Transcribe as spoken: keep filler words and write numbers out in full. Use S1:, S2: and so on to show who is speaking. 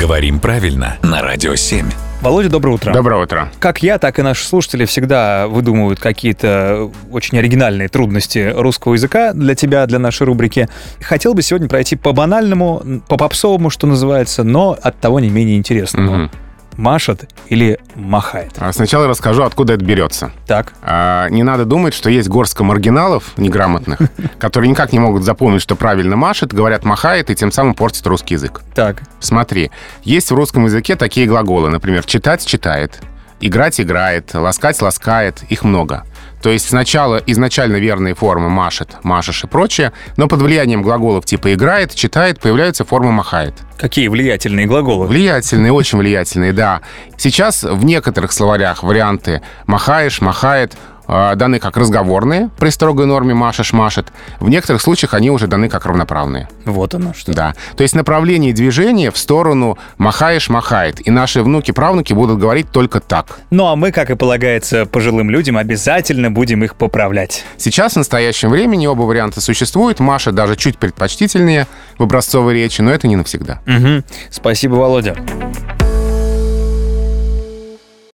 S1: Говорим правильно на Радио семь.
S2: Володя, доброе утро.
S3: Доброе утро.
S2: Как я, так и наши слушатели всегда выдумывают какие-то очень оригинальные трудности русского языка для тебя, для нашей рубрики. Хотел бы сегодня пройти по банальному, по попсовому, что называется, но оттого не менее интересному.
S3: Угу.
S2: Машет или махает?
S3: Сначала расскажу, откуда это берется.
S2: Так.
S3: А, не надо думать, что есть горстка маргиналов неграмотных, которые никак не могут запомнить, что правильно машет, говорят махает, и тем самым портят русский язык.
S2: Так.
S3: Смотри, есть в русском языке такие глаголы, например, читать — читает, играть — играет, ласкать — ласкает, их много. То есть сначала изначально верные формы машет, машешь и прочее, но под влиянием глаголов типа играет, читает появляются формы махает.
S2: Какие влиятельные глаголы?
S3: Влиятельные, очень влиятельные, да. Сейчас в некоторых словарях варианты махаешь, махает даны как разговорные, при строгой норме машешь, машет. В некоторых случаях они уже даны как равноправные.
S2: Вот оно что.
S3: Да. То есть направление движения в сторону махаешь, махает. И наши внуки-правнуки будут говорить только так.
S2: Ну а мы, как и полагается пожилым людям, обязательно будем их поправлять.
S3: Сейчас в настоящем времени оба варианта существуют. Маша даже чуть предпочтительнее в образцовой речи, но это не навсегда.
S2: Угу. Спасибо, Володя.